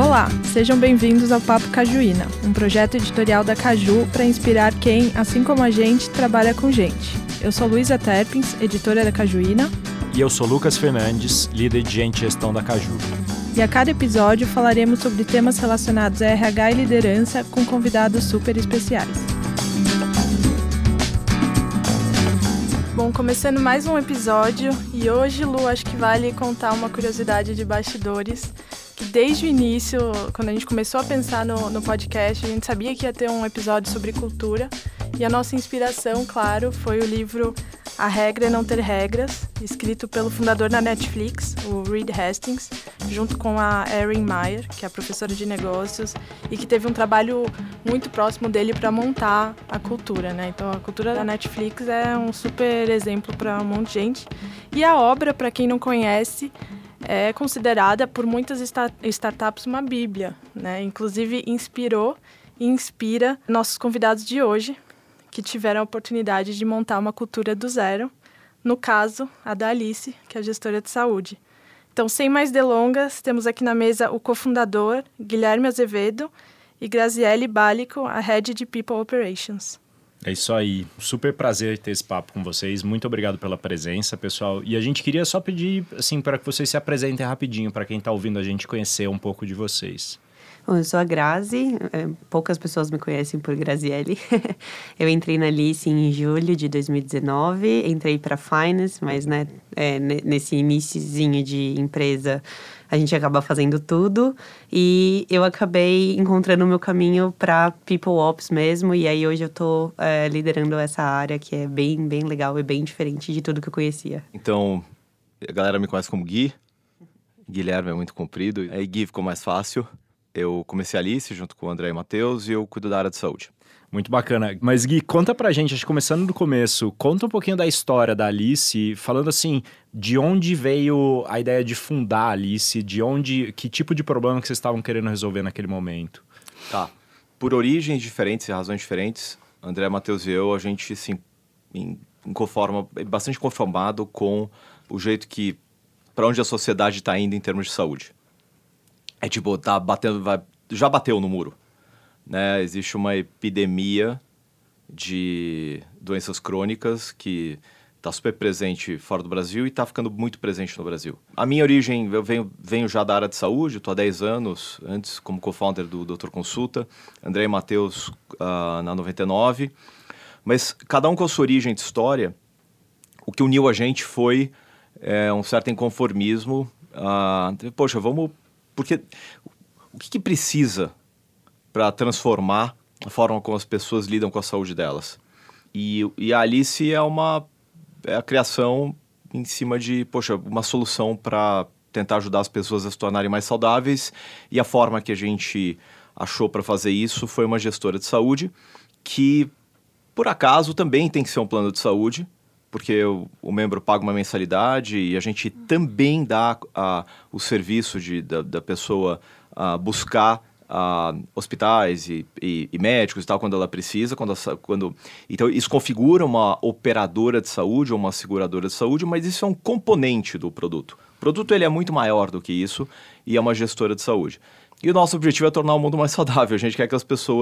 Olá, sejam bem-vindos ao Papo Cajuína, um projeto editorial da Caju para inspirar quem, assim como a gente, trabalha com gente. Eu sou Luísa Terpins, editora da Cajuína. E eu sou Lucas Fernandes, líder de gente e gestão da Caju. E a cada episódio falaremos sobre temas relacionados a RH e liderança com convidados super especiais. Bom, começando mais um episódio, e hoje, Lu, acho que vale contar uma curiosidade de bastidores, que desde o início, quando a gente começou a pensar no podcast, a gente sabia que ia ter um episódio sobre cultura, e a nossa inspiração, claro, foi o livro A Regra é Não Ter Regras, escrito pelo fundador da Netflix, o Reed Hastings, junto com a Erin Meyer, que é a professora de negócios, e que teve um trabalho muito próximo dele para montar a cultura, né? Então, a cultura da Netflix é um super exemplo para um monte de gente. E a obra, para quem não conhece, é considerada por muitas startups uma bíblia, né? Inclusive, inspirou e inspira nossos convidados de hoje, que tiveram a oportunidade de montar uma cultura do zero, no caso, a da Alice, que é a gestora de saúde. Então, sem mais delongas, temos aqui na mesa o cofundador, Guilherme Azevedo, e Graziele Bálico, a Head de People Operations. É isso aí, super prazer ter esse papo com vocês, muito obrigado pela presença, pessoal. E a gente queria só pedir, assim, para que vocês se apresentem rapidinho, para quem está ouvindo a gente conhecer um pouco de vocês. Bom, eu sou a Grazi, poucas pessoas me conhecem por Graziele. Eu entrei na Alice em julho de 2019, entrei para Finance, mas nesse iniciozinho de empresa a gente acaba fazendo tudo. E eu acabei encontrando o meu caminho para People Ops mesmo, e aí hoje eu estou liderando essa área que é bem, bem legal e bem diferente de tudo que eu conhecia. Então, a galera me conhece como Gui, Guilherme é muito comprido, aí Gui ficou mais fácil. Eu comecei a Alice junto com o André e Matheus e eu cuido da área de saúde. Muito bacana. Mas Gui, conta pra gente, acho que começando do começo, conta um pouquinho da história da Alice, falando assim, de onde veio a ideia de fundar a Alice, que tipo de problema que vocês estavam querendo resolver naquele momento? Tá. Por origens diferentes e razões diferentes, André, Matheus e eu, a gente se conforma, bastante conformado com o jeito que, para onde a sociedade está indo em termos de saúde. É tipo, tá batendo, já bateu no muro, né? Existe uma epidemia de doenças crônicas que está super presente fora do Brasil e está ficando muito presente no Brasil. A minha origem, eu venho já da área de saúde, estou há 10 anos, antes como co-founder do Dr. Consulta, André e Matheus na 99, mas cada um com a sua origem de história, o que uniu a gente foi um certo inconformismo, poxa, vamos... Porque o que precisa para transformar a forma como as pessoas lidam com a saúde delas? E a Alice é a criação em cima de, uma solução para tentar ajudar as pessoas a se tornarem mais saudáveis. E a forma que a gente achou para fazer isso foi uma gestora de saúde que, por acaso, também tem que ser um plano de saúde, porque o membro paga uma mensalidade e a gente também dá o serviço da pessoa buscar hospitais e médicos e tal quando ela precisa. Então, isso configura uma operadora de saúde ou uma seguradora de saúde, mas isso é um componente do produto. O produto ele é muito maior do que isso e é uma gestora de saúde. E o nosso objetivo é tornar o mundo mais saudável. A gente quer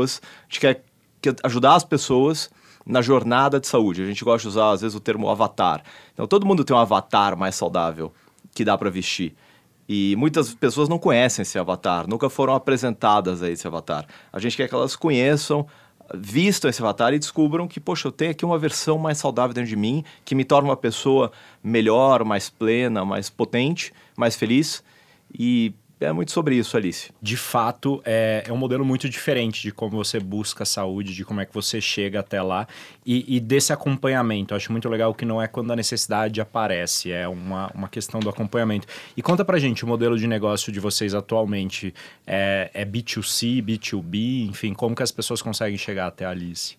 ajudar as pessoas na jornada de saúde. A gente gosta de usar, às vezes, o termo avatar. Então, todo mundo tem um avatar mais saudável que dá para vestir. E muitas pessoas não conhecem esse avatar, nunca foram apresentadas a esse avatar. A gente quer que elas conheçam, vistam esse avatar e descubram que, eu tenho aqui uma versão mais saudável dentro de mim, que me torna uma pessoa melhor, mais plena, mais potente, mais feliz. E é muito sobre isso, Alice. De fato, é um modelo muito diferente de como você busca a saúde, de como é que você chega até lá e desse acompanhamento. Eu acho muito legal que não é quando a necessidade aparece, é uma questão do acompanhamento. E conta pra gente, o modelo de negócio de vocês atualmente é B2C, B2B, enfim, como que as pessoas conseguem chegar até a Alice?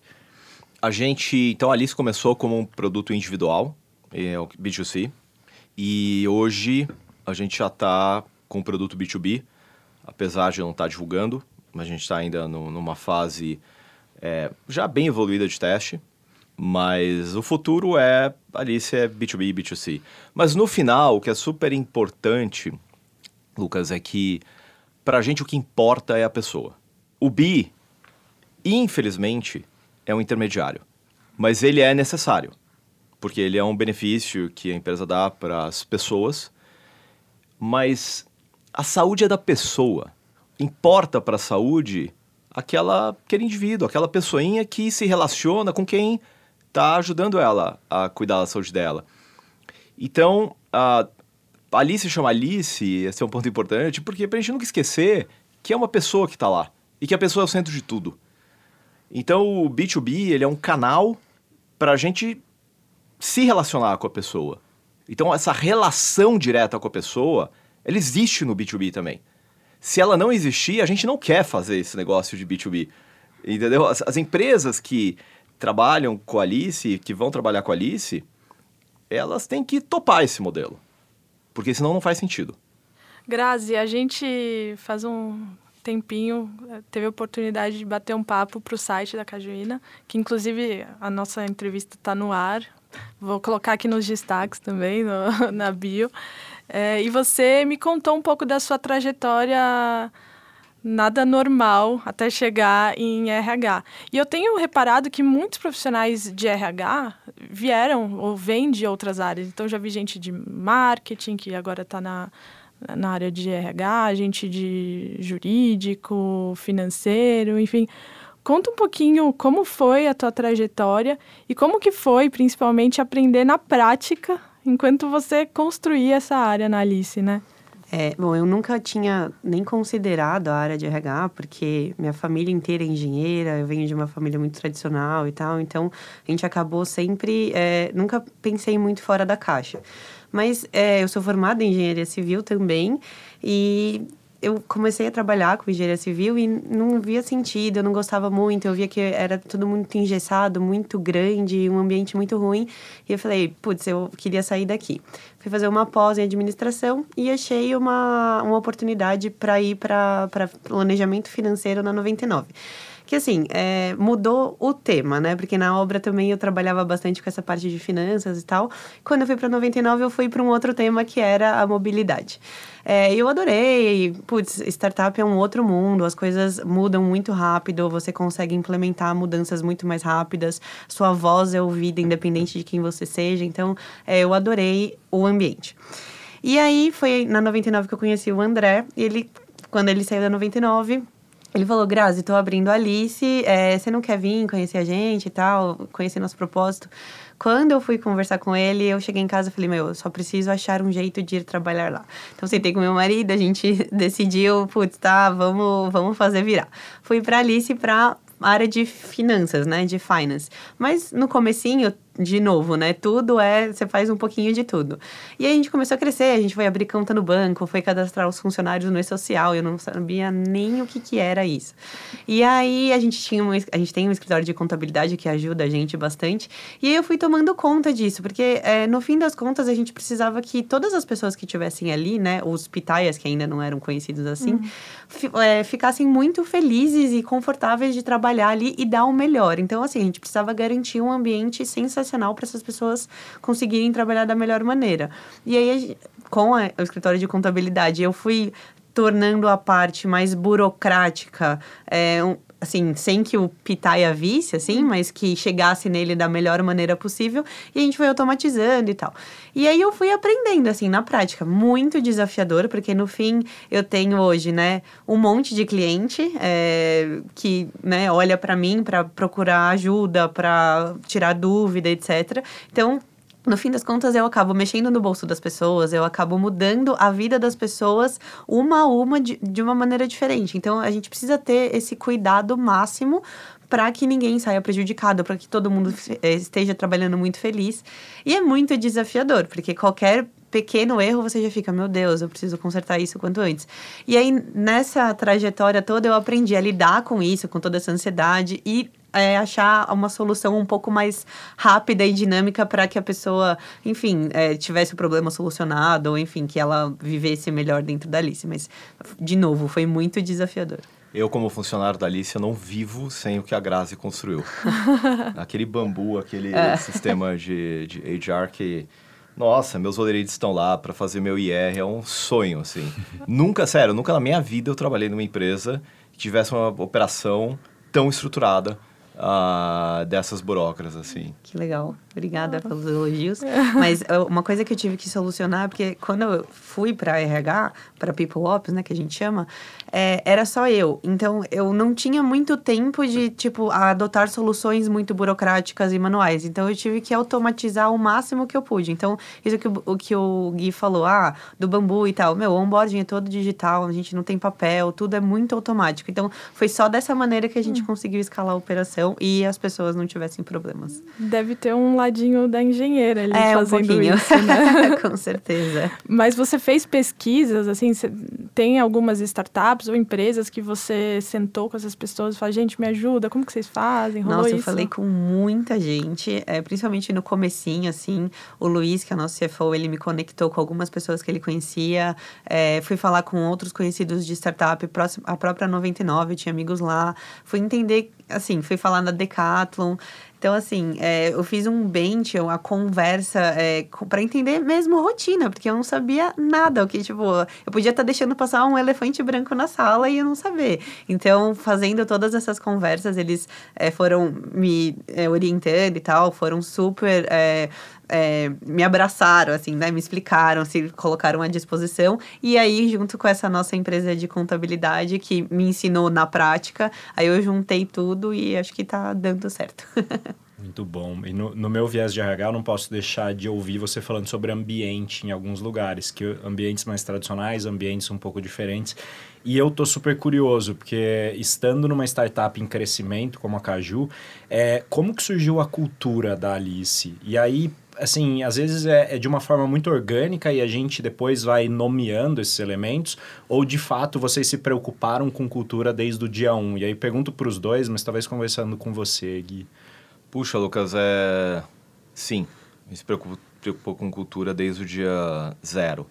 Então a Alice começou como um produto individual, o B2C, e hoje a gente já está com o produto B2B, apesar de não estar divulgando, mas a gente está ainda numa fase já bem evoluída de teste, mas o futuro Alice é B2B e B2C. Mas no final, o que é super importante, Lucas, é que pra gente o que importa é a pessoa. O B, infelizmente, é um intermediário. Mas ele é necessário, porque ele é um benefício que a empresa dá para as pessoas. Mas a saúde é da pessoa. Importa para a saúde aquele indivíduo, aquela pessoinha que se relaciona com quem está ajudando ela a cuidar da saúde dela. Então, a Alice chama Alice, esse é um ponto importante, porque pra gente nunca esquecer que é uma pessoa que está lá e que a pessoa é o centro de tudo. Então, o B2B, ele é um canal para a gente se relacionar com a pessoa. Então, essa relação direta com a pessoa, ela existe no B2B também. Se ela não existir, a gente não quer fazer esse negócio de B2B, entendeu? As empresas que trabalham com a Alice, que vão trabalhar com a Alice, elas têm que topar esse modelo, porque senão não faz sentido. Grazi, a gente faz um tempinho teve a oportunidade de bater um papo para o site da Cajuína, que inclusive a nossa entrevista está no ar. Vou colocar aqui nos destaques também, na bio. E você me contou um pouco da sua trajetória nada normal até chegar em RH. E eu tenho reparado que muitos profissionais de RH vieram ou vêm de outras áreas. Então, já vi gente de marketing, que agora está na área de RH, gente de jurídico, financeiro, enfim. Conta um pouquinho como foi a tua trajetória e como que foi, principalmente, aprender na prática enquanto você construía essa área na Alice, né? Bom, eu nunca tinha nem considerado a área de RH, porque minha família inteira é engenheira, eu venho de uma família muito tradicional e tal, então a gente acabou sempre... nunca pensei muito fora da caixa. Mas eu sou formada em engenharia civil também, e eu comecei a trabalhar com engenharia civil e não via sentido, eu não gostava muito, eu via que era tudo muito engessado, muito grande, um ambiente muito ruim. E eu falei, putz, eu queria sair daqui. Fui fazer uma pós em administração e achei uma oportunidade para ir para planejamento financeiro na 99. Que assim, mudou o tema, né? Porque na obra também eu trabalhava bastante com essa parte de finanças e tal. Quando eu fui para 99, eu fui para um outro tema que era a mobilidade. Eu adorei. Putz, startup é um outro mundo, as coisas mudam muito rápido, você consegue implementar mudanças muito mais rápidas, sua voz é ouvida independente de quem você seja. Então, eu adorei o ambiente. E aí, foi na 99 que eu conheci o André. E quando ele saiu da 99... Ele falou, Grazi, tô abrindo a Alice, você não quer vir conhecer a gente e tal, conhecer nosso propósito? Quando eu fui conversar com ele, eu cheguei em casa e falei, eu só preciso achar um jeito de ir trabalhar lá. Então, sentei com meu marido, a gente decidiu, putz, tá, vamos fazer virar. Fui pra Alice pra área de finanças, né, de finance. Mas no comecinho, de novo, né, você faz um pouquinho de tudo. E aí a gente começou a crescer, a gente foi abrir conta no banco, foi cadastrar os funcionários no e-social, eu não sabia nem o que era isso. E aí a gente tem um escritório de contabilidade que ajuda a gente bastante, e aí eu fui tomando conta disso, porque no fim das contas a gente precisava que todas as pessoas que estivessem ali, né, os pitaias que ainda não eram conhecidos assim, ficassem muito felizes e confortáveis de trabalhar ali e dar o melhor. Então, assim, a gente precisava garantir um ambiente sensacional para essas pessoas conseguirem trabalhar da melhor maneira. E aí, com o escritório de contabilidade, eu fui tornando a parte mais burocrática, assim, sem que o pitaia visse, assim, mas que chegasse nele da melhor maneira possível, e a gente foi automatizando e tal. E aí eu fui aprendendo, assim, na prática, muito desafiador, porque no fim eu tenho hoje, né, um monte de cliente que, né, olha para mim para procurar ajuda, para tirar dúvida, etc. Então, no fim das contas, eu acabo mexendo no bolso das pessoas, eu acabo mudando a vida das pessoas uma a uma de uma maneira diferente. Então, a gente precisa ter esse cuidado máximo para que ninguém saia prejudicado, para que todo mundo esteja trabalhando muito feliz. E é muito desafiador, porque qualquer pequeno erro, você já fica, meu Deus, eu preciso consertar isso quanto antes. E aí, nessa trajetória toda, eu aprendi a lidar com isso, com toda essa ansiedade e achar uma solução um pouco mais rápida e dinâmica para que a pessoa, enfim, tivesse o problema solucionado ou, enfim, que ela vivesse melhor dentro da Alice. Mas, de novo, foi muito desafiador. Eu, como funcionário da Alice, eu não vivo sem o que a Grazi construiu. Aquele bambu, aquele sistema de HR que Nossa, meus olheiros estão lá para fazer meu IR, é um sonho, assim. Nunca na minha vida eu trabalhei numa empresa que tivesse uma operação tão estruturada dessas burocratas, assim. Que legal. Obrigada pelos elogios. Mas uma coisa que eu tive que solucionar, porque quando eu fui para RH, para People Ops, né, que a gente chama, era só eu. Então, eu não tinha muito tempo de, tipo, adotar soluções muito burocráticas e manuais. Então, eu tive que automatizar o máximo que eu pude. Então, isso que o Gui falou, do Bambu e tal. Meu, o onboarding é todo digital, a gente não tem papel, tudo é muito automático. Então, foi só dessa maneira que a gente conseguiu escalar a operação e as pessoas não tivessem problemas. Deve ter um ladinho da engenheira ali fazendo um isso, né? Com certeza. Mas você fez pesquisas, assim, tem algumas startups ou empresas que você sentou com essas pessoas e falou, gente, me ajuda, como que vocês fazem? Rolou Nossa, eu isso? falei com muita gente, principalmente no comecinho, assim, o Luiz, que é o nosso CFO, ele me conectou com algumas pessoas que ele conhecia, fui falar com outros conhecidos de startup, a própria 99, eu tinha amigos lá, fui entender, assim, fui falar na Decathlon. Então, assim, eu fiz um bench, uma conversa para entender mesmo rotina, porque eu não sabia nada. Eu podia estar deixando passar um elefante branco na sala e eu não saber. Então, fazendo todas essas conversas, eles foram me orientando e tal, foram super... me abraçaram, assim, né? Me explicaram, se colocaram à disposição. E aí, junto com essa nossa empresa de contabilidade, que me ensinou na prática, aí eu juntei tudo e acho que tá dando certo. Muito bom. E no meu viés de RH, eu não posso deixar de ouvir você falando sobre ambiente em alguns lugares, que ambientes mais tradicionais, ambientes um pouco diferentes. E eu tô super curioso, porque estando numa startup em crescimento como a Caju, como que surgiu a cultura da Alice? E aí, assim, às vezes é de uma forma muito orgânica e a gente depois vai nomeando esses elementos, ou de fato vocês se preocuparam com cultura desde o dia 1? E aí pergunto para os dois, mas talvez conversando com você, Gui. Puxa, Lucas, sim, a gente se preocupou com cultura desde o dia 0.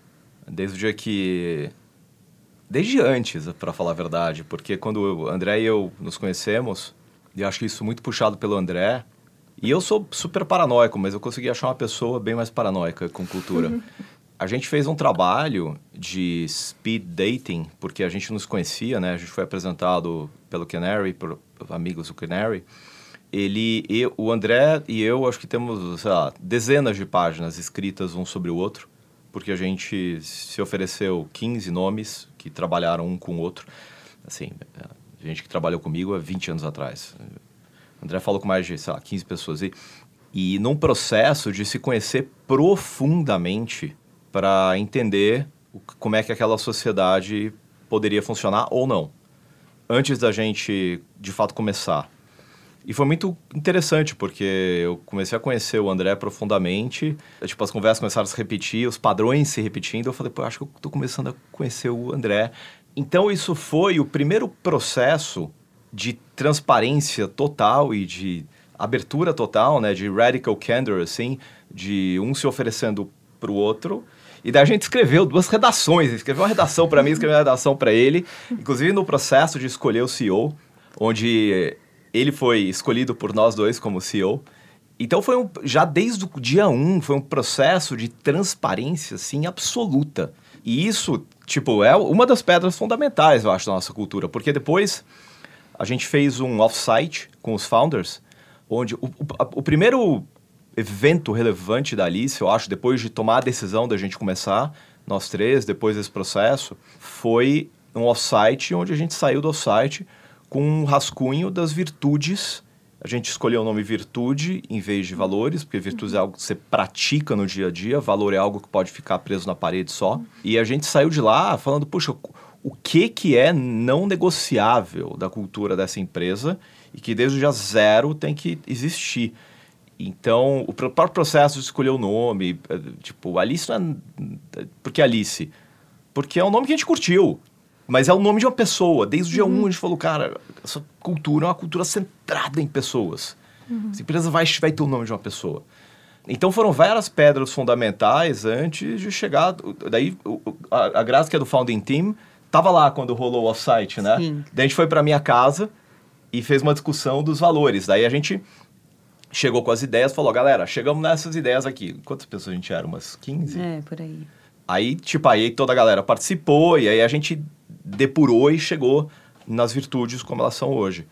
Desde antes, para falar a verdade, porque quando o André e eu nos conhecemos, e eu acho isso muito puxado pelo André, e eu sou super paranoico, mas eu consegui achar uma pessoa bem mais paranoica com cultura. A gente fez um trabalho de speed dating, porque a gente nos conhecia, né? A gente foi apresentado pelo Canary, por amigos do Canary. O André e eu, acho que temos, sei lá, dezenas de páginas escritas um sobre o outro, porque a gente se ofereceu 15 nomes que trabalharam um com o outro. Assim, gente que trabalhou comigo há 20 anos atrás. O André falou com mais de, sei lá, 15 pessoas. E num processo de se conhecer profundamente para entender como é que aquela sociedade poderia funcionar ou não, antes da gente, de fato, começar. E foi muito interessante, porque eu comecei a conhecer o André profundamente, as conversas começaram a se repetir, os padrões se repetindo, eu falei, acho que eu estou começando a conhecer o André. Então, isso foi o primeiro processo de transparência total e de abertura total, né, de radical candor, assim, de um se oferecendo para o outro. E daí a gente escreveu 2 redações, escreveu uma redação para mim, escreveu uma redação para ele, inclusive no processo de escolher o CEO, onde ele foi escolhido por nós dois como CEO. Então, já desde o dia 1, foi um processo de transparência, assim, absoluta. E isso, é uma das pedras fundamentais, eu acho, da nossa cultura. Porque depois, a gente fez um off-site com os founders, onde o primeiro evento relevante da Alice, eu acho, depois de tomar a decisão da gente começar, nós 3, depois desse processo, foi um off-site, onde a gente saiu do off-site com um rascunho das virtudes. A gente escolheu o nome virtude em vez de valores, porque virtude é algo que você pratica no dia a dia, valor é algo que pode ficar preso na parede só. E a gente saiu de lá falando, puxa, o que é não negociável da cultura dessa empresa e que desde o dia 0 tem que existir. Então, o próprio processo de escolher o nome, Alice não é... Por que Alice? Porque é um nome que a gente curtiu. Mas é o nome de uma pessoa. Desde o dia 1 a gente falou, cara, essa cultura é uma cultura centrada em pessoas. Essa empresa vai ter o nome de uma pessoa. Então foram várias pedras fundamentais antes de chegar... Daí a Graça, que é do Founding Team, estava lá quando rolou o off-site, né? Sim. Daí a gente foi para minha casa e fez uma discussão dos valores. Daí a gente chegou com as ideias, falou, galera, chegamos nessas ideias aqui. Quantas pessoas a gente era? Umas 15? Por aí. Aí, aí toda a galera participou e aí a gente depurou e chegou nas virtudes como elas são hoje.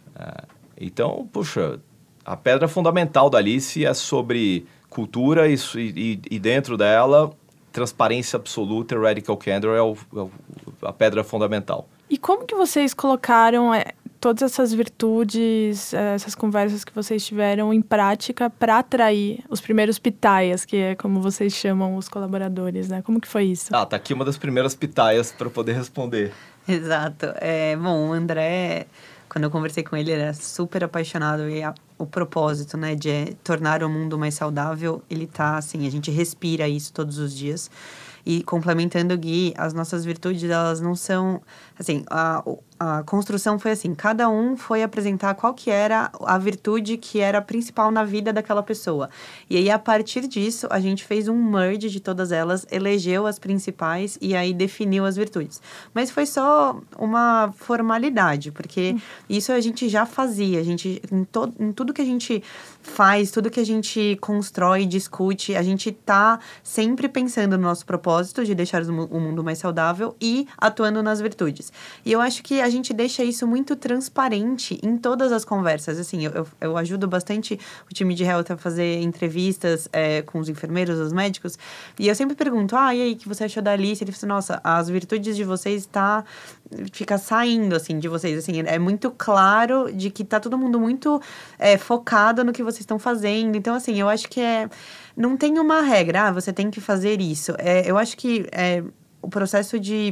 Então, puxa, a pedra fundamental da Alice é sobre cultura e dentro dela, transparência absoluta e radical candor a pedra fundamental. E como que vocês colocaram todas essas virtudes, essas conversas que vocês tiveram em prática para atrair os primeiros pitaias, que é como vocês chamam os colaboradores, né? Como que foi isso? Tá aqui uma das primeiras pitaias para poder responder. Exato. Bom, o André, quando eu conversei com ele, ele era super apaixonado e o propósito, né, de tornar o mundo mais saudável, ele tá, assim, a gente respira isso todos os dias. E complementando o Gui, as nossas virtudes, elas não são, assim, a construção foi assim, cada um foi apresentar qual que era a virtude que era principal na vida daquela pessoa. E aí, a partir disso, a gente fez um merge de todas elas, elegeu as principais e aí definiu as virtudes. Mas foi só uma formalidade, porque isso a gente já fazia, a gente, em tudo que a gente faz, tudo que a gente constrói, discute, a gente tá sempre pensando no nosso propósito de deixar o mundo mais saudável e atuando nas virtudes. E eu acho que a gente deixa isso muito transparente em todas as conversas. Assim, eu ajudo bastante o time de health a fazer entrevistas com os enfermeiros, os médicos, e eu sempre pergunto, e aí, o que você achou da Alice? Ele falou, nossa, as virtudes de vocês fica saindo, assim, de vocês, assim, é muito claro de que tá todo mundo muito focado no que vocês estão fazendo. Então, assim, eu acho que não tem uma regra, você tem que fazer isso. Eu acho que o processo de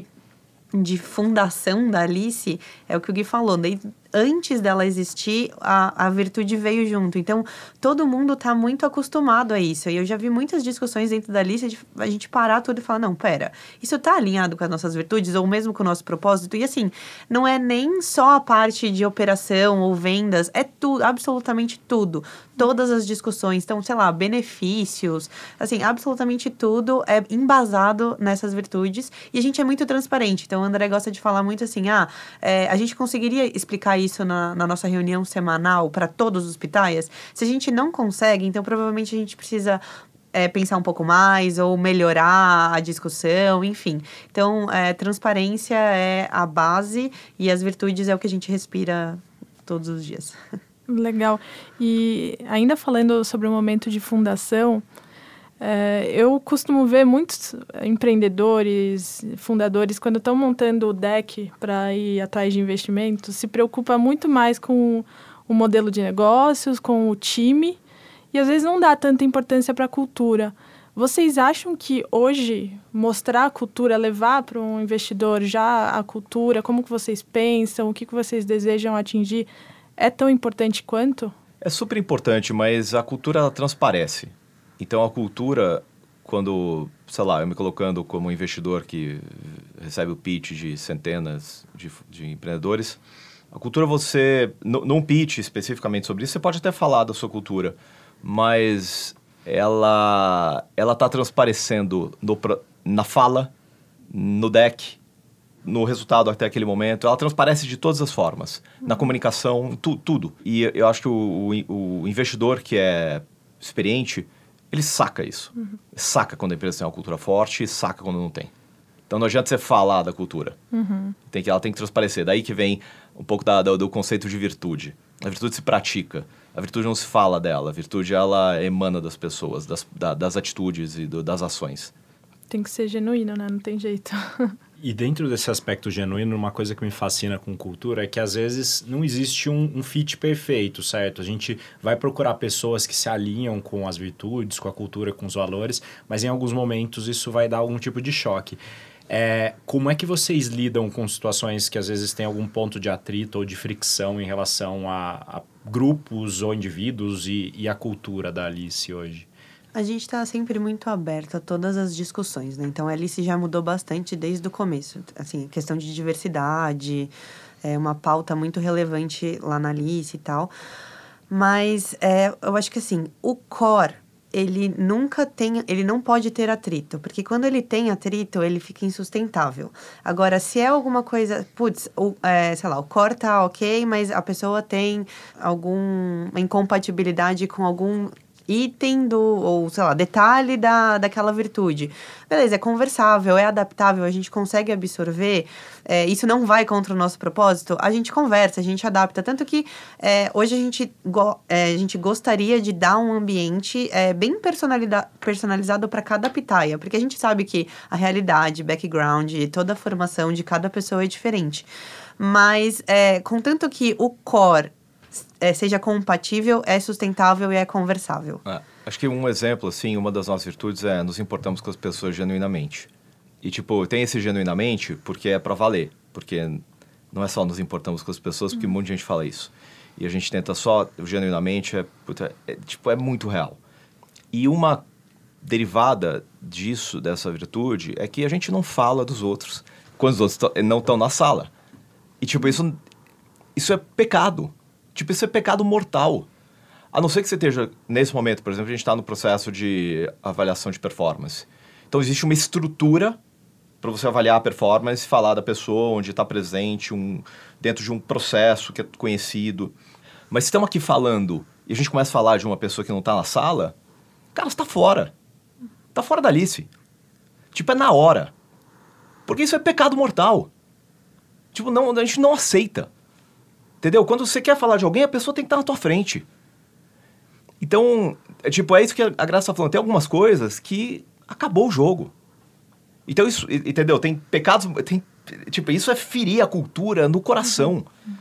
fundação da Alice é o que o Gui falou, antes dela existir, a virtude veio junto. Então, todo mundo está muito acostumado a isso. E eu já vi muitas discussões dentro da Alice de a gente parar tudo e falar, não, pera, isso está alinhado com as nossas virtudes ou mesmo com o nosso propósito? E assim, não é nem só a parte de operação ou vendas, é tudo, absolutamente tudo. Todas as discussões, então, sei lá, benefícios, assim, absolutamente tudo é embasado nessas virtudes e a gente é muito transparente. Então, o André gosta de falar muito assim, a gente conseguiria explicar isso na nossa reunião semanal para todos os pitaias? Se a gente não consegue, então provavelmente a gente precisa pensar um pouco mais ou melhorar a discussão, enfim. Então, transparência é a base e as virtudes é o que a gente respira todos os dias. Legal. E ainda falando sobre o momento de fundação, eu costumo ver muitos empreendedores, fundadores, quando estão montando o deck para ir atrás de investimentos, se preocupa muito mais com o modelo de negócios, com o time, e às vezes não dá tanta importância para a cultura. Vocês acham que hoje mostrar a cultura, levar para um investidor já a cultura, como que vocês pensam, o que vocês desejam atingir, é tão importante quanto? É super importante, mas a cultura ela transparece. Então, a cultura, quando, sei lá, eu me colocando como investidor que recebe o pitch de centenas de empreendedores, a cultura você, num pitch especificamente sobre isso, você pode até falar da sua cultura, mas ela está transparecendo na fala, no deck, no resultado até aquele momento, ela transparece de todas as formas, na comunicação, tudo. E eu acho que o investidor que é experiente, ele saca isso. Saca quando a empresa tem uma cultura forte e saca quando não tem. Então, não adianta você falar da cultura. Ela tem que transparecer. Daí que vem um pouco do conceito de virtude. A virtude se pratica. A virtude não se fala dela. A virtude, ela emana das pessoas, das atitudes e das ações. Tem que ser genuíno, né? Não tem jeito. E dentro desse aspecto genuíno, uma coisa que me fascina com cultura é que às vezes não existe um fit perfeito, certo? A gente vai procurar pessoas que se alinham com as virtudes, com a cultura, com os valores, mas em alguns momentos isso vai dar algum tipo de choque. Como é que vocês lidam com situações que às vezes tem algum ponto de atrito ou de fricção em relação a grupos ou indivíduos e a cultura da Alice hoje? A gente está sempre muito aberto a todas as discussões, né? Então, a Alice já mudou bastante desde o começo. Assim, questão de diversidade, é uma pauta muito relevante lá na Alice e tal. Mas eu acho que, assim, o core, ele não pode ter atrito, porque quando ele tem atrito, ele fica insustentável. Agora, se é alguma coisa, sei lá, o core tá ok, mas a pessoa tem alguma incompatibilidade com algum item ou sei lá, detalhe daquela virtude. Beleza, é conversável, é adaptável, a gente consegue absorver, isso não vai contra o nosso propósito, a gente conversa, a gente adapta. Tanto que hoje a gente gostaria de dar um ambiente bem personalizado para cada pitaia, porque a gente sabe que a realidade, background, toda a formação de cada pessoa é diferente. Mas, contanto que o core seja compatível, é sustentável e é conversável. Acho que um exemplo, assim, uma das nossas virtudes é nos importamos com as pessoas genuinamente. E, tem esse genuinamente porque é pra valer. Porque não é só nos importamos com as pessoas, porque um monte de gente fala isso. E a gente tenta só, genuinamente, é muito real. E uma derivada disso, dessa virtude, é que a gente não fala dos outros quando os outros não estão na sala. E, isso é pecado. Isso é pecado mortal. A não ser que você esteja, nesse momento, por exemplo, a gente está no processo de avaliação de performance. Então, existe uma estrutura para você avaliar a performance, falar da pessoa, onde está presente, dentro de um processo que é conhecido. Mas se estamos aqui falando e a gente começa a falar de uma pessoa que não está na sala, cara, você está fora. Está fora da Alice. É na hora. Porque isso é pecado mortal. Não, a gente não aceita. Entendeu? Quando você quer falar de alguém, a pessoa tem que estar na tua frente. Então, é isso que a Graça está falando. Tem algumas coisas que acabou o jogo. Então, isso, entendeu? Tem pecados... isso é ferir a cultura no coração.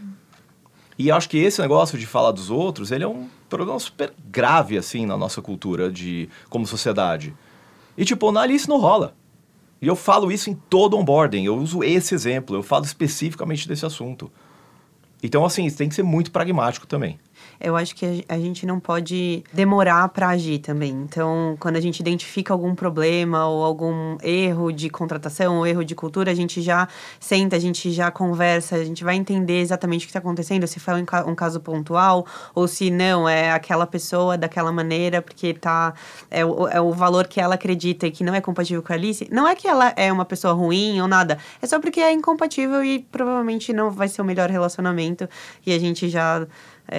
E acho que esse negócio de falar dos outros, ele é um problema super grave, assim, na nossa cultura como sociedade. E, na Alice não rola. E eu falo isso em todo onboarding. Eu uso esse exemplo. Eu falo especificamente desse assunto. Então, assim, tem que ser muito pragmático também. Eu acho que a gente não pode demorar para agir também. Então, quando a gente identifica algum problema ou algum erro de contratação ou erro de cultura, a gente já senta, a gente já conversa, a gente vai entender exatamente o que está acontecendo, se foi um caso pontual ou se não, é aquela pessoa daquela maneira, porque é o valor que ela acredita e que não é compatível com a Alice. Não é que ela é uma pessoa ruim ou nada, é só porque é incompatível e provavelmente não vai ser o melhor relacionamento e a gente já...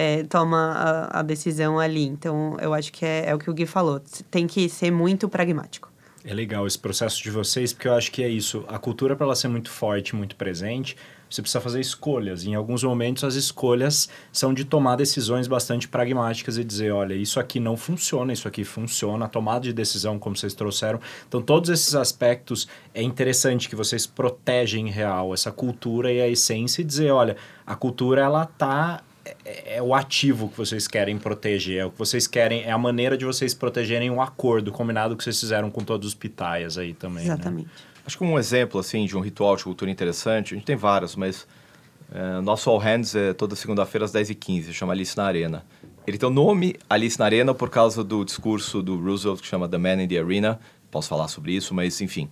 toma a decisão ali. Então, eu acho que é o que o Gui falou. Tem que ser muito pragmático. É legal esse processo de vocês, porque eu acho que é isso. A cultura, para ela ser muito forte, muito presente, você precisa fazer escolhas. Em alguns momentos, as escolhas são de tomar decisões bastante pragmáticas e dizer, olha, isso aqui não funciona, isso aqui funciona. A tomada de decisão, como vocês trouxeram. Então, todos esses aspectos, é interessante que vocês protegem real essa cultura e a essência e dizer, olha, a cultura, ela está... É o ativo que vocês querem proteger, é o que vocês querem, é a maneira de vocês protegerem um acordo combinado que vocês fizeram com todos os pitaias aí também. Exatamente. Né? Acho que um exemplo, assim, de um ritual de cultura interessante, a gente tem vários, mas nosso All Hands é toda segunda-feira às 10h15, chama Alice na Arena. Ele tem o nome Alice na Arena por causa do discurso do Roosevelt, que chama The Man in the Arena. Posso falar sobre isso, mas, enfim,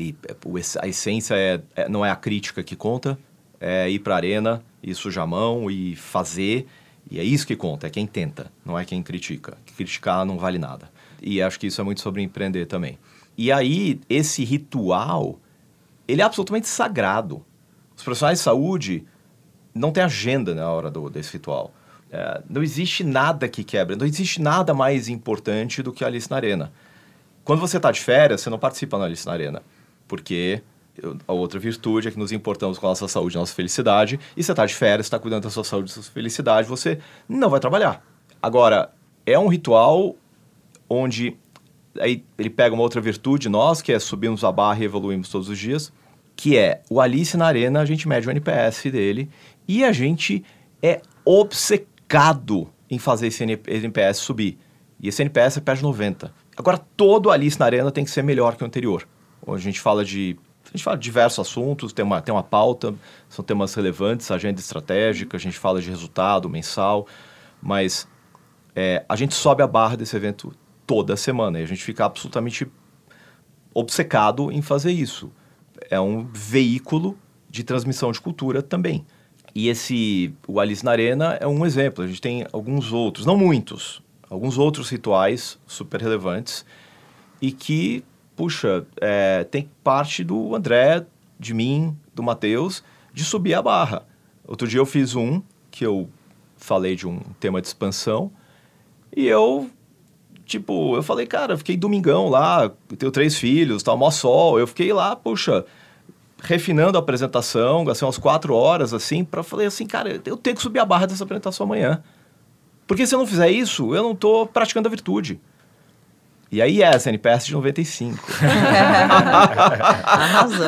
a essência não é a crítica que conta, é ir para a arena e sujar a mão e fazer, e é isso que conta, é quem tenta, não é quem critica. Criticar não vale nada. E acho que isso é muito sobre empreender também. E aí, esse ritual, ele é absolutamente sagrado. Os profissionais de saúde não têm agenda na hora desse ritual. Não existe nada que quebra, não existe nada mais importante do que a Alice na Arena. Quando você está de férias, você não participa na Alice na Arena, porque... A outra virtude é que nos importamos com a nossa saúde e a nossa felicidade. E você está de férias, está cuidando da sua saúde e da sua felicidade, você não vai trabalhar. Agora, é um ritual onde aí ele pega uma outra virtude nossa, que é subirmos a barra e evoluímos todos os dias, que é o Alice na Arena, a gente mede o NPS dele e a gente é obcecado em fazer esse NPS subir. E esse NPS é perto de 90. Agora, todo Alice na Arena tem que ser melhor que o anterior. A gente fala de diversos assuntos, tem uma pauta, são temas relevantes, agenda estratégica, a gente fala de resultado mensal, mas a gente sobe a barra desse evento toda semana e a gente fica absolutamente obcecado em fazer isso. É um veículo de transmissão de cultura também. E o Alice na Arena é um exemplo, a gente tem alguns outros, não muitos, alguns outros rituais super relevantes e que, puxa, tem parte do André, de mim, do Matheus, de subir a barra. Outro dia eu fiz que eu falei de um tema de expansão e eu falei, cara, eu fiquei domingão lá, eu tenho 3 filhos, tá, mó sol, eu fiquei lá, puxa, refinando a apresentação, gastei umas 4 horas, assim, falei assim, cara, eu tenho que subir a barra dessa apresentação amanhã. Porque se eu não fizer isso, eu não tô praticando a virtude. E aí NPS de 95. Arrasou.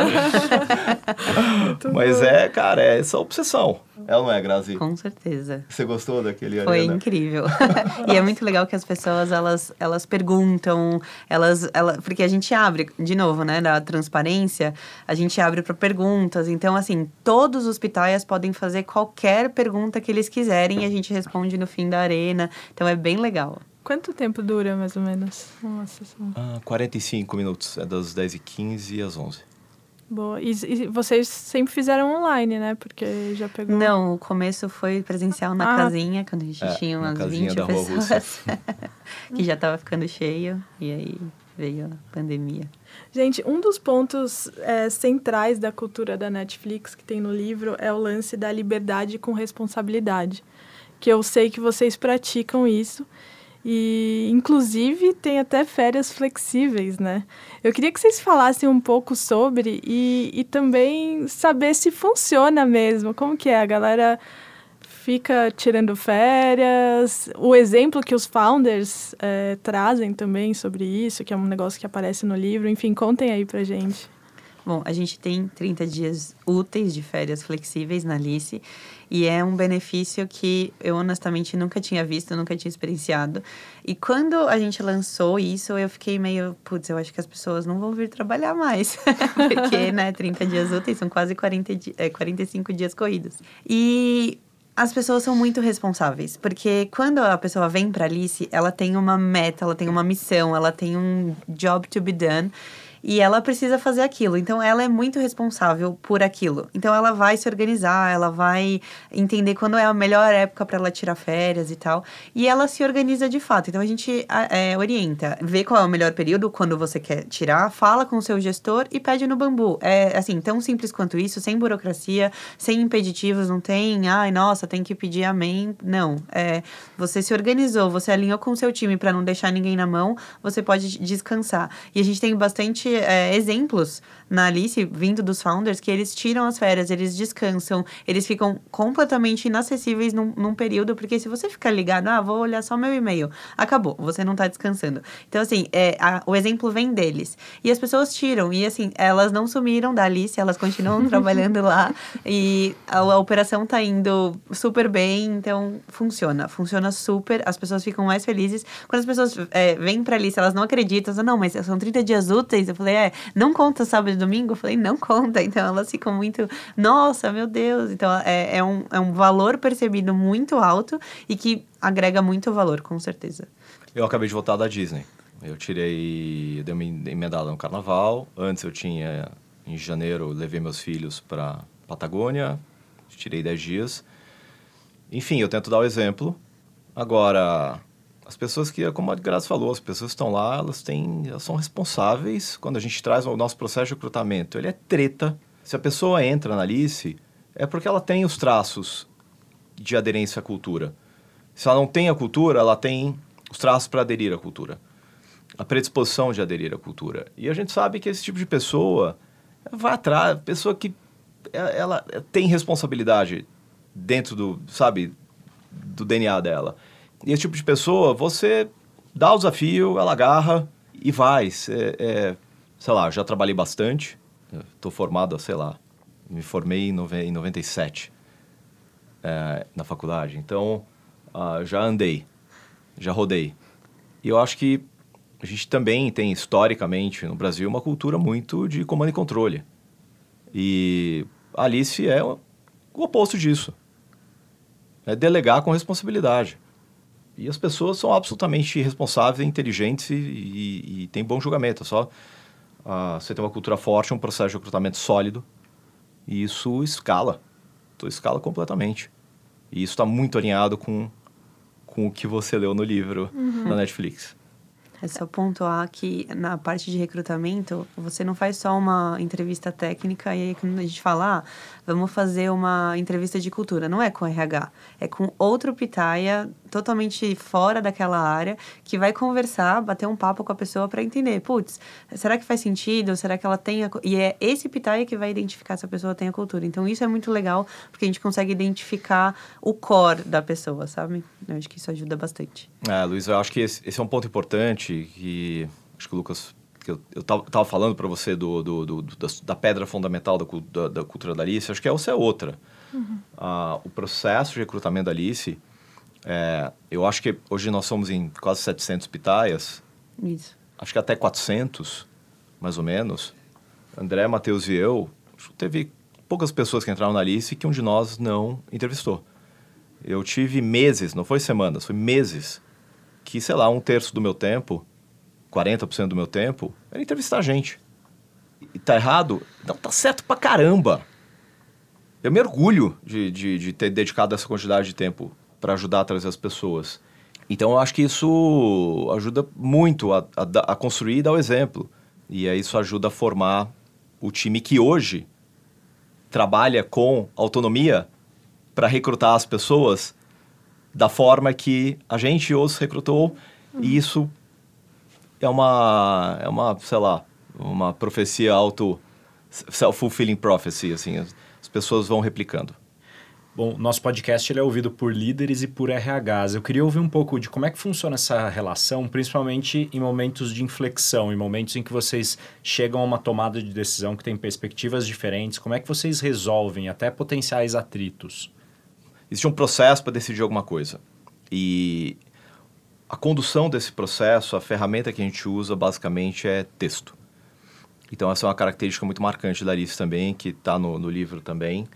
Mas cara, é essa obsessão. Ela não é, Grazi? Com certeza. Você gostou daquele Foi arena? incrível. E é muito legal que as pessoas, elas perguntam, porque a gente abre, de novo, né, da transparência, a gente abre para perguntas. Então, assim, todos os pitaias podem fazer qualquer pergunta que eles quiserem e a gente responde no fim da arena. Então, é bem legal. Quanto tempo dura, mais ou menos, uma sessão? 45 minutos. É das 10h15 às 11h. Boa. E vocês sempre fizeram online, né? Porque já pegou... Não, o começo foi presencial na casinha, quando a gente tinha umas 20 pessoas. Que já estava ficando cheio. E aí veio a pandemia. Gente, um dos pontos centrais da cultura da Netflix que tem no livro é o lance da liberdade com responsabilidade. Que eu sei que vocês praticam isso. E, inclusive, tem até férias flexíveis, né? Eu queria que vocês falassem um pouco sobre e também saber se funciona mesmo. Como que é? A galera fica tirando férias? O exemplo que os founders trazem também sobre isso, que é um negócio que aparece no livro. Enfim, contem aí pra gente. Bom, a gente tem 30 dias úteis de férias flexíveis na Alice e é um benefício que eu honestamente nunca tinha visto, nunca tinha experienciado. E quando a gente lançou isso, eu fiquei meio, putz, eu acho que as pessoas não vão vir trabalhar mais. Porque, né, 30 dias úteis são quase 45 dias corridos. E as pessoas são muito responsáveis, porque quando a pessoa vem para Alice, ela tem uma meta, ela tem uma missão, ela tem um job to be done. E ela precisa fazer aquilo. Então, ela é muito responsável por aquilo. Então, ela vai se organizar, ela vai entender quando é a melhor época para ela tirar férias e tal. E ela se organiza de fato. Então, a gente orienta. Vê qual é o melhor período quando você quer tirar, fala com o seu gestor e pede no Bambu. É, assim, tão simples quanto isso, sem burocracia, sem impeditivos, não tem, ai, nossa, tem que pedir amém. Não. Você se organizou, você alinhou com o seu time para não deixar ninguém na mão, você pode descansar. E a gente tem bastante exemplos na Alice, vindo dos founders, que eles tiram as férias, eles descansam, eles ficam completamente inacessíveis num período, porque se você ficar ligado, vou olhar só meu e-mail, acabou, você não tá descansando. Então, assim, o exemplo vem deles. E as pessoas tiram, e assim, elas não sumiram da Alice, elas continuam trabalhando lá, e a operação tá indo super bem, então funciona super, as pessoas ficam mais felizes. Quando as pessoas vêm pra Alice, elas não acreditam, não, mas são 30 dias úteis, eu falei, não conta sábado e domingo? Eu falei, não conta. Então, elas ficam muito, nossa, meu Deus. Então, é um valor percebido muito alto e que agrega muito valor, com certeza. Eu acabei de voltar da Disney. Eu dei uma emendada no carnaval. Antes eu tinha, em janeiro, levei meus filhos para Patagônia, tirei 10 dias. Enfim, eu tento dar o exemplo. Agora, as pessoas que, como a Grazi falou, as pessoas que estão lá, elas são responsáveis. Quando a gente traz o nosso processo de recrutamento, ele é treta. Se a pessoa entra na Alice, é porque ela tem os traços de aderência à cultura. Se ela não tem a cultura, ela tem os traços para aderir à cultura. A predisposição de aderir à cultura. E a gente sabe que esse tipo de pessoa vai atrás, pessoa que ela tem responsabilidade dentro do DNA dela. E esse tipo de pessoa, você dá o desafio, ela agarra e vai. Sei lá, já trabalhei bastante. Estou formado, me formei em 97 na faculdade. Então, já andei, já rodei. E eu acho que a gente também tem, historicamente, no Brasil, uma cultura muito de comando e controle. E a Alice é o oposto disso. É delegar com responsabilidade. E as pessoas são absolutamente responsáveis, inteligentes e têm bom julgamento. É só você ter uma cultura forte, um processo de recrutamento sólido. E isso escala. Então, escala completamente. E isso está muito alinhado com com o que você leu no livro da Netflix. É só pontuar que na parte de recrutamento, você não faz só uma entrevista técnica e aí quando a gente fala, vamos fazer uma entrevista de cultura. Não é com RH, é com outro pitaia totalmente fora daquela área que vai conversar, bater um papo com a pessoa para entender, putz, será que faz sentido? Será que ela tem a... E é esse pitaia que vai identificar se a pessoa tem a cultura. Então isso é muito legal porque a gente consegue identificar o core da pessoa, sabe? Eu acho que isso ajuda bastante. Luiz, eu acho que esse é um ponto importante que acho que o Lucas, que eu tava falando para você da pedra fundamental da cultura da Alice, acho que essa é outra. O processo de recrutamento da Alice, eu acho que hoje nós somos em quase 700 pitaias. Isso. Acho que até 400, mais ou menos. André, Matheus e eu, teve poucas pessoas que entraram na Alice que um de nós não entrevistou. Eu tive meses, não foi semanas, foi meses, que, sei lá, 1/3 do meu tempo, 40% do meu tempo, era entrevistar gente. E tá errado? Não, tá certo pra caramba. Eu me orgulho de ter dedicado essa quantidade de tempo para ajudar a trazer as pessoas. Então, eu acho que isso ajuda muito a construir e dar o exemplo. E aí isso ajuda a formar o time que hoje trabalha com autonomia para recrutar as pessoas da forma que a gente os recrutou. E isso é uma, sei lá, uma profecia self-fulfilling prophecy, assim, as pessoas vão replicando. Bom, nosso podcast ele é ouvido por líderes e por RHs. Eu queria ouvir um pouco de como é que funciona essa relação, principalmente em momentos de inflexão, em momentos em que vocês chegam a uma tomada de decisão que tem perspectivas diferentes. Como é que vocês resolvem até potenciais atritos? Existe um processo para decidir alguma coisa. E a condução desse processo, a ferramenta que a gente usa, basicamente, é texto. Então, essa é uma característica muito marcante da Alice também, que está no livro também,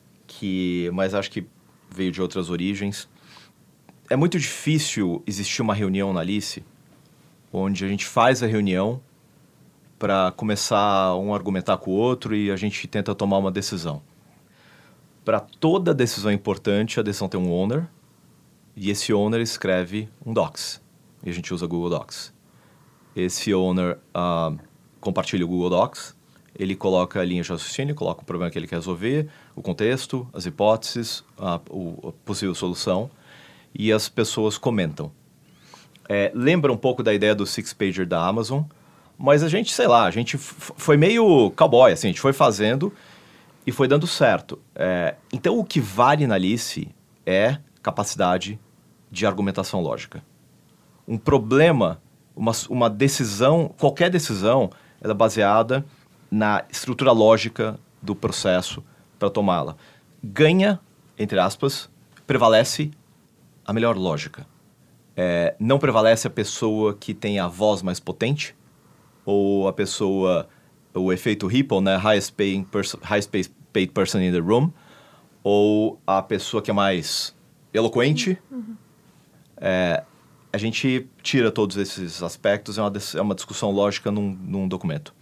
mas acho que veio de outras origens. É muito difícil existir uma reunião na Alice onde a gente faz a reunião para começar um a argumentar com o outro e a gente tenta tomar uma decisão. Para toda decisão importante, a decisão tem um owner, e esse owner escreve um docs, e a gente usa Google Docs. Esse owner compartilha o Google Docs, ele coloca a linha de raciocínio, coloca o problema que ele quer resolver, o contexto, as hipóteses, a possível solução, e as pessoas comentam. Lembra um pouco da ideia do six-pager da Amazon, mas a gente, sei lá, a gente foi meio cowboy, assim, a gente foi fazendo e foi dando certo. Então, o que vale na Alice é capacidade de argumentação lógica. Um problema, uma decisão, qualquer decisão, ela é baseada na estrutura lógica do processo para tomá-la. Ganha, entre aspas, prevalece a melhor lógica. Não prevalece a pessoa que tem a voz mais potente, ou a pessoa, o efeito Ripple, né? Highest paid person in the room, ou a pessoa que é mais eloquente. A gente tira todos esses aspectos, é uma discussão lógica num documento.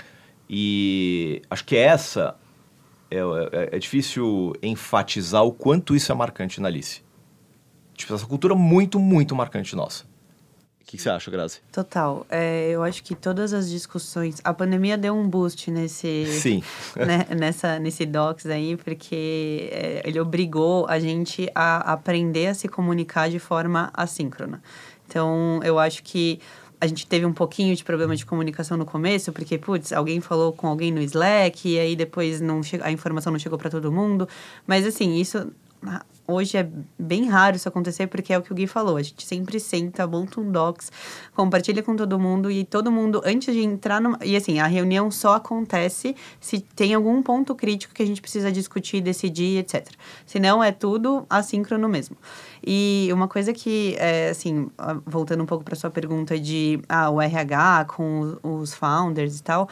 E acho que é difícil enfatizar o quanto isso é marcante na Alice. Tipo, essa cultura muito, muito marcante nossa. O que você acha, Grazi? Total. Eu acho que todas as discussões... A pandemia deu um boost Sim. nesse docs aí, porque ele obrigou a gente a aprender a se comunicar de forma assíncrona. Então, eu acho que a gente teve um pouquinho de problema de comunicação no começo, porque, alguém falou com alguém no Slack, e aí depois a informação não chegou para todo mundo. Mas, assim, isso... Hoje é bem raro isso acontecer, porque é o que o Gui falou. A gente sempre senta, monta um docs, compartilha com todo mundo, e todo mundo, antes de entrar E assim, a reunião só acontece se tem algum ponto crítico que a gente precisa discutir, decidir, etc. Senão, é tudo assíncrono mesmo. E uma coisa que, assim, voltando um pouco para sua pergunta de o RH com os founders e tal...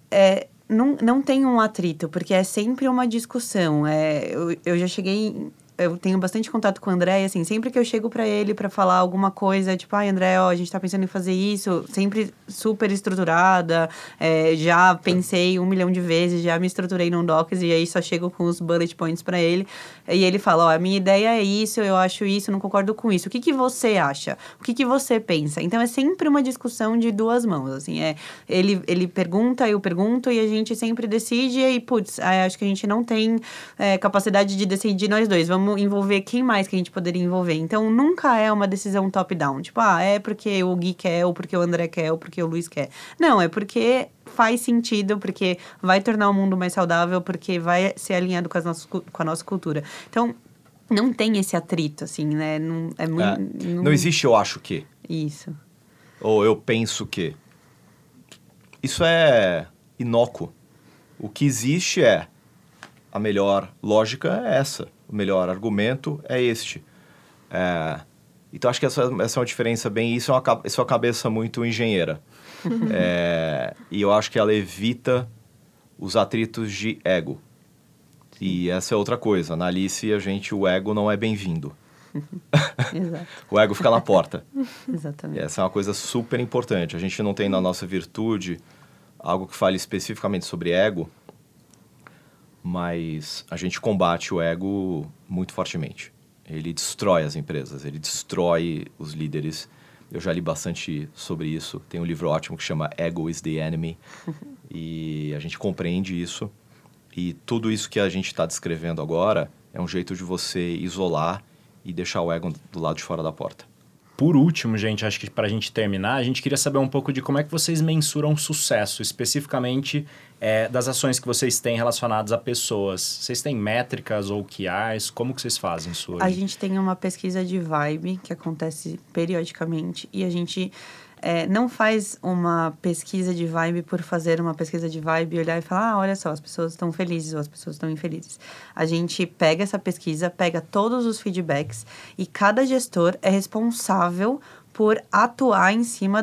Não tem um atrito, porque é sempre uma discussão. Eu já cheguei eu tenho bastante contato com o André, e assim, sempre que eu chego pra ele pra falar alguma coisa, tipo, André, a gente tá pensando em fazer isso, sempre super estruturada, já pensei 1 milhão de vezes, já me estruturei num Docs, e aí só chego com os bullet points pra ele, e ele fala, a minha ideia é isso, eu acho isso, não concordo com isso, o que você acha? O que você pensa? Então, é sempre uma discussão de 2 mãos, assim, ele pergunta, eu pergunto, e a gente sempre decide, e aí, putz, acho que a gente não tem capacidade de decidir nós dois, vamos envolver quem mais que a gente poderia envolver. Então, nunca é uma decisão top-down. Tipo, é porque o Gui quer, ou porque o André quer, ou porque o Luiz quer. Não, é porque faz sentido, porque vai tornar o mundo mais saudável, porque vai ser alinhado com a nossa cultura. Então, não tem esse atrito, assim, né? Não existe eu acho que. Isso. Ou eu penso que. Isso é inócuo. O que existe a melhor lógica é essa. O melhor argumento é este. Então, acho que essa é uma diferença bem... Isso é uma cabeça muito engenheira. E eu acho que ela evita os atritos de ego. E essa é outra coisa. Na Alice, o ego não é bem-vindo. Exato. O ego fica na porta. Exatamente. E essa é uma coisa super importante. A gente não tem na nossa virtude algo que fale especificamente sobre ego, mas a gente combate o ego muito fortemente. Ele destrói as empresas, ele destrói os líderes. Eu já li bastante sobre isso. Tem um livro ótimo que chama Ego is the Enemy. E a gente compreende isso. E tudo isso que a gente está descrevendo agora é um jeito de você isolar e deixar o ego do lado de fora da porta. Por último, gente, acho que para a gente terminar, a gente queria saber um pouco de como é que vocês mensuram o sucesso, especificamente das ações que vocês têm relacionadas a pessoas. Vocês têm métricas ou OKRs? Como que vocês fazem isso hoje? A gente tem uma pesquisa de vibe que acontece periodicamente e a gente não faz uma pesquisa de vibe por fazer uma pesquisa de vibe e olhar e falar, olha só, as pessoas estão felizes ou as pessoas estão infelizes. A gente pega essa pesquisa, pega todos os feedbacks e cada gestor é responsável por atuar em cima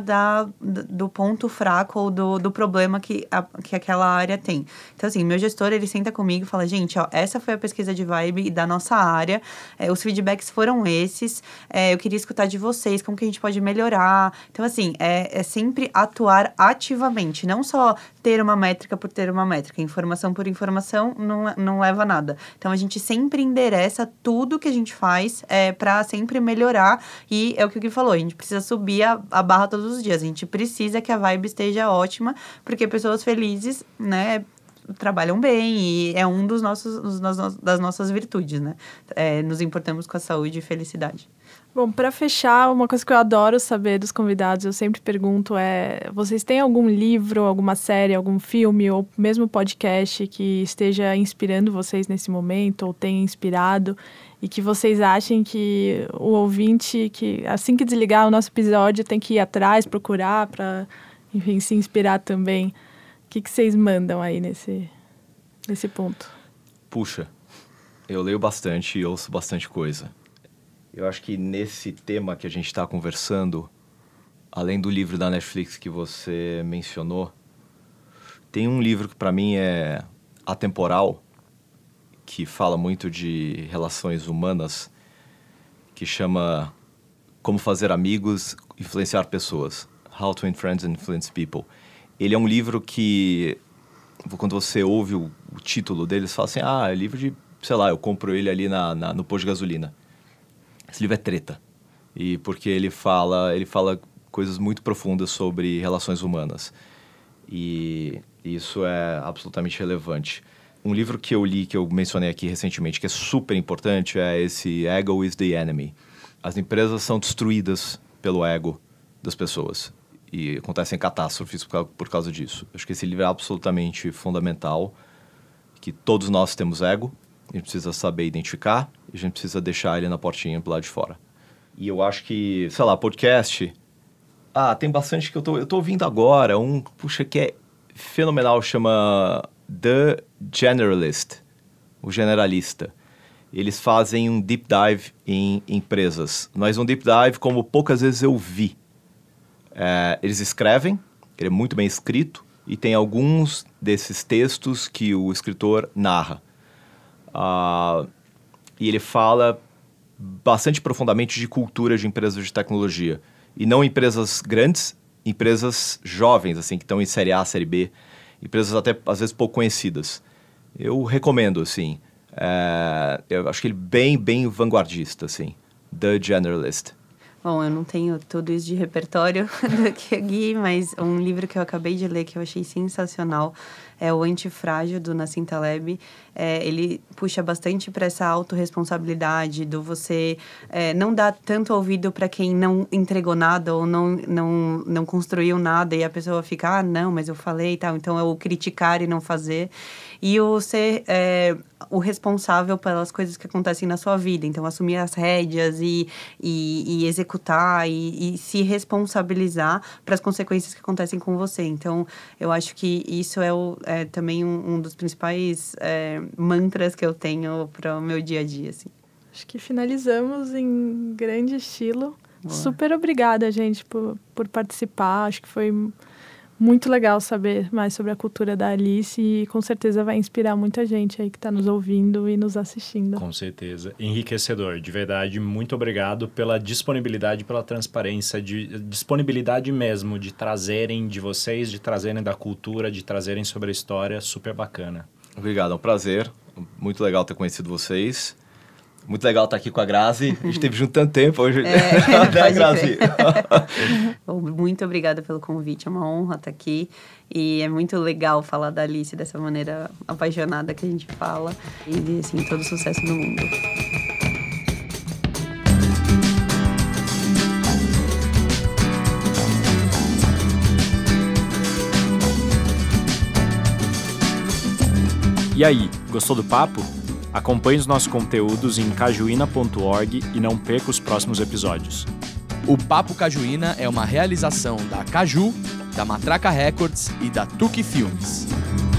do ponto fraco ou do problema que aquela área tem. Então, assim, meu gestor, ele senta comigo e fala, gente, essa foi a pesquisa de vibe da nossa área, os feedbacks foram esses, eu queria escutar de vocês, como que a gente pode melhorar. Então, assim, é sempre atuar ativamente, não só ter uma métrica por ter uma métrica. Informação por informação não leva a nada. Então, a gente sempre endereça tudo que a gente faz para sempre melhorar e é o que o Gui falou, a gente precisa subir a barra todos os dias. A gente precisa que a vibe esteja ótima, porque pessoas felizes, né, trabalham bem e é um das nossas virtudes, né? Nos importamos com a saúde e felicidade. Bom, para fechar, uma coisa que eu adoro saber dos convidados, eu sempre pergunto vocês têm algum livro, alguma série, algum filme ou mesmo podcast que esteja inspirando vocês nesse momento ou tenha inspirado e que vocês achem que o ouvinte, que assim que desligar o nosso episódio, tem que ir atrás, procurar para, enfim, se inspirar também? O que vocês mandam aí nesse ponto? Puxa, eu leio bastante e ouço bastante coisa. Eu acho que nesse tema que a gente está conversando, além do livro da Netflix que você mencionou, tem um livro que para mim é atemporal, que fala muito de relações humanas, que chama Como Fazer Amigos, Influenciar Pessoas. How to Win Friends and Influence People. Ele é um livro que, quando você ouve o título dele, você fala assim, é livro de, sei lá, eu compro ele ali no posto de gasolina. Esse livro é treta. E porque ele fala coisas muito profundas sobre relações humanas. E isso é absolutamente relevante. Um livro que eu li, que eu mencionei aqui recentemente, que é super importante, é esse Ego is the Enemy. As empresas são destruídas pelo ego das pessoas. E acontecem catástrofes por causa disso. Acho que esse livro é absolutamente fundamental, que todos nós temos ego, a gente precisa saber identificar, e a gente precisa deixar ele na portinha pro lado de fora. E eu acho que, sei lá, podcast... tem bastante que eu tô ouvindo agora, que é fenomenal, chama The Generalist, o generalista. Eles fazem um deep dive em empresas, mas um deep dive como poucas vezes eu vi. Eles escrevem, ele é muito bem escrito, e tem alguns desses textos que o escritor narra. e ele fala bastante profundamente de cultura de empresas de tecnologia. E não empresas grandes, empresas jovens, assim, que estão em série A, série B, empresas até, às vezes, pouco conhecidas. Eu recomendo, assim. Eu acho que ele é bem vanguardista, assim. The Generalist. Bom, eu não tenho tudo isso de repertório do que eu Gui, mas um livro que eu acabei de ler que eu achei sensacional é o Antifrágil, do Nassim Taleb. Ele puxa bastante para essa autorresponsabilidade do você não dar tanto ouvido para quem não entregou nada ou não construiu nada e a pessoa fica, não, mas eu falei e tal. Então, é o criticar e não fazer. E o ser o responsável pelas coisas que acontecem na sua vida. Então, assumir as rédeas e executar e se responsabilizar para as consequências que acontecem com você. Então, eu acho que isso é também um dos principais mantras que eu tenho para o meu dia a dia, assim. Acho que finalizamos em grande estilo. Boa. Super obrigada, gente, por participar. Acho que foi muito legal saber mais sobre a cultura da Alice e com certeza vai inspirar muita gente aí que está nos ouvindo e nos assistindo. Com certeza. Enriquecedor. De verdade, muito obrigado pela disponibilidade, pela transparência, disponibilidade mesmo de trazerem de vocês, de trazerem da cultura, de trazerem sobre a história. Super bacana. Obrigado, é um prazer. Muito legal ter conhecido vocês. Muito legal estar aqui com a Grazi. A gente esteve junto tanto tempo hoje. Até, Grazi. Muito obrigada pelo convite. É uma honra estar aqui. E é muito legal falar da Alice dessa maneira apaixonada que a gente fala. E, assim, todo sucesso no mundo. E aí, gostou do papo? Acompanhe os nossos conteúdos em cajuína.org e não perca os próximos episódios. O Papo Cajuína é uma realização da Caju, da Matraca Records e da Tuque Filmes.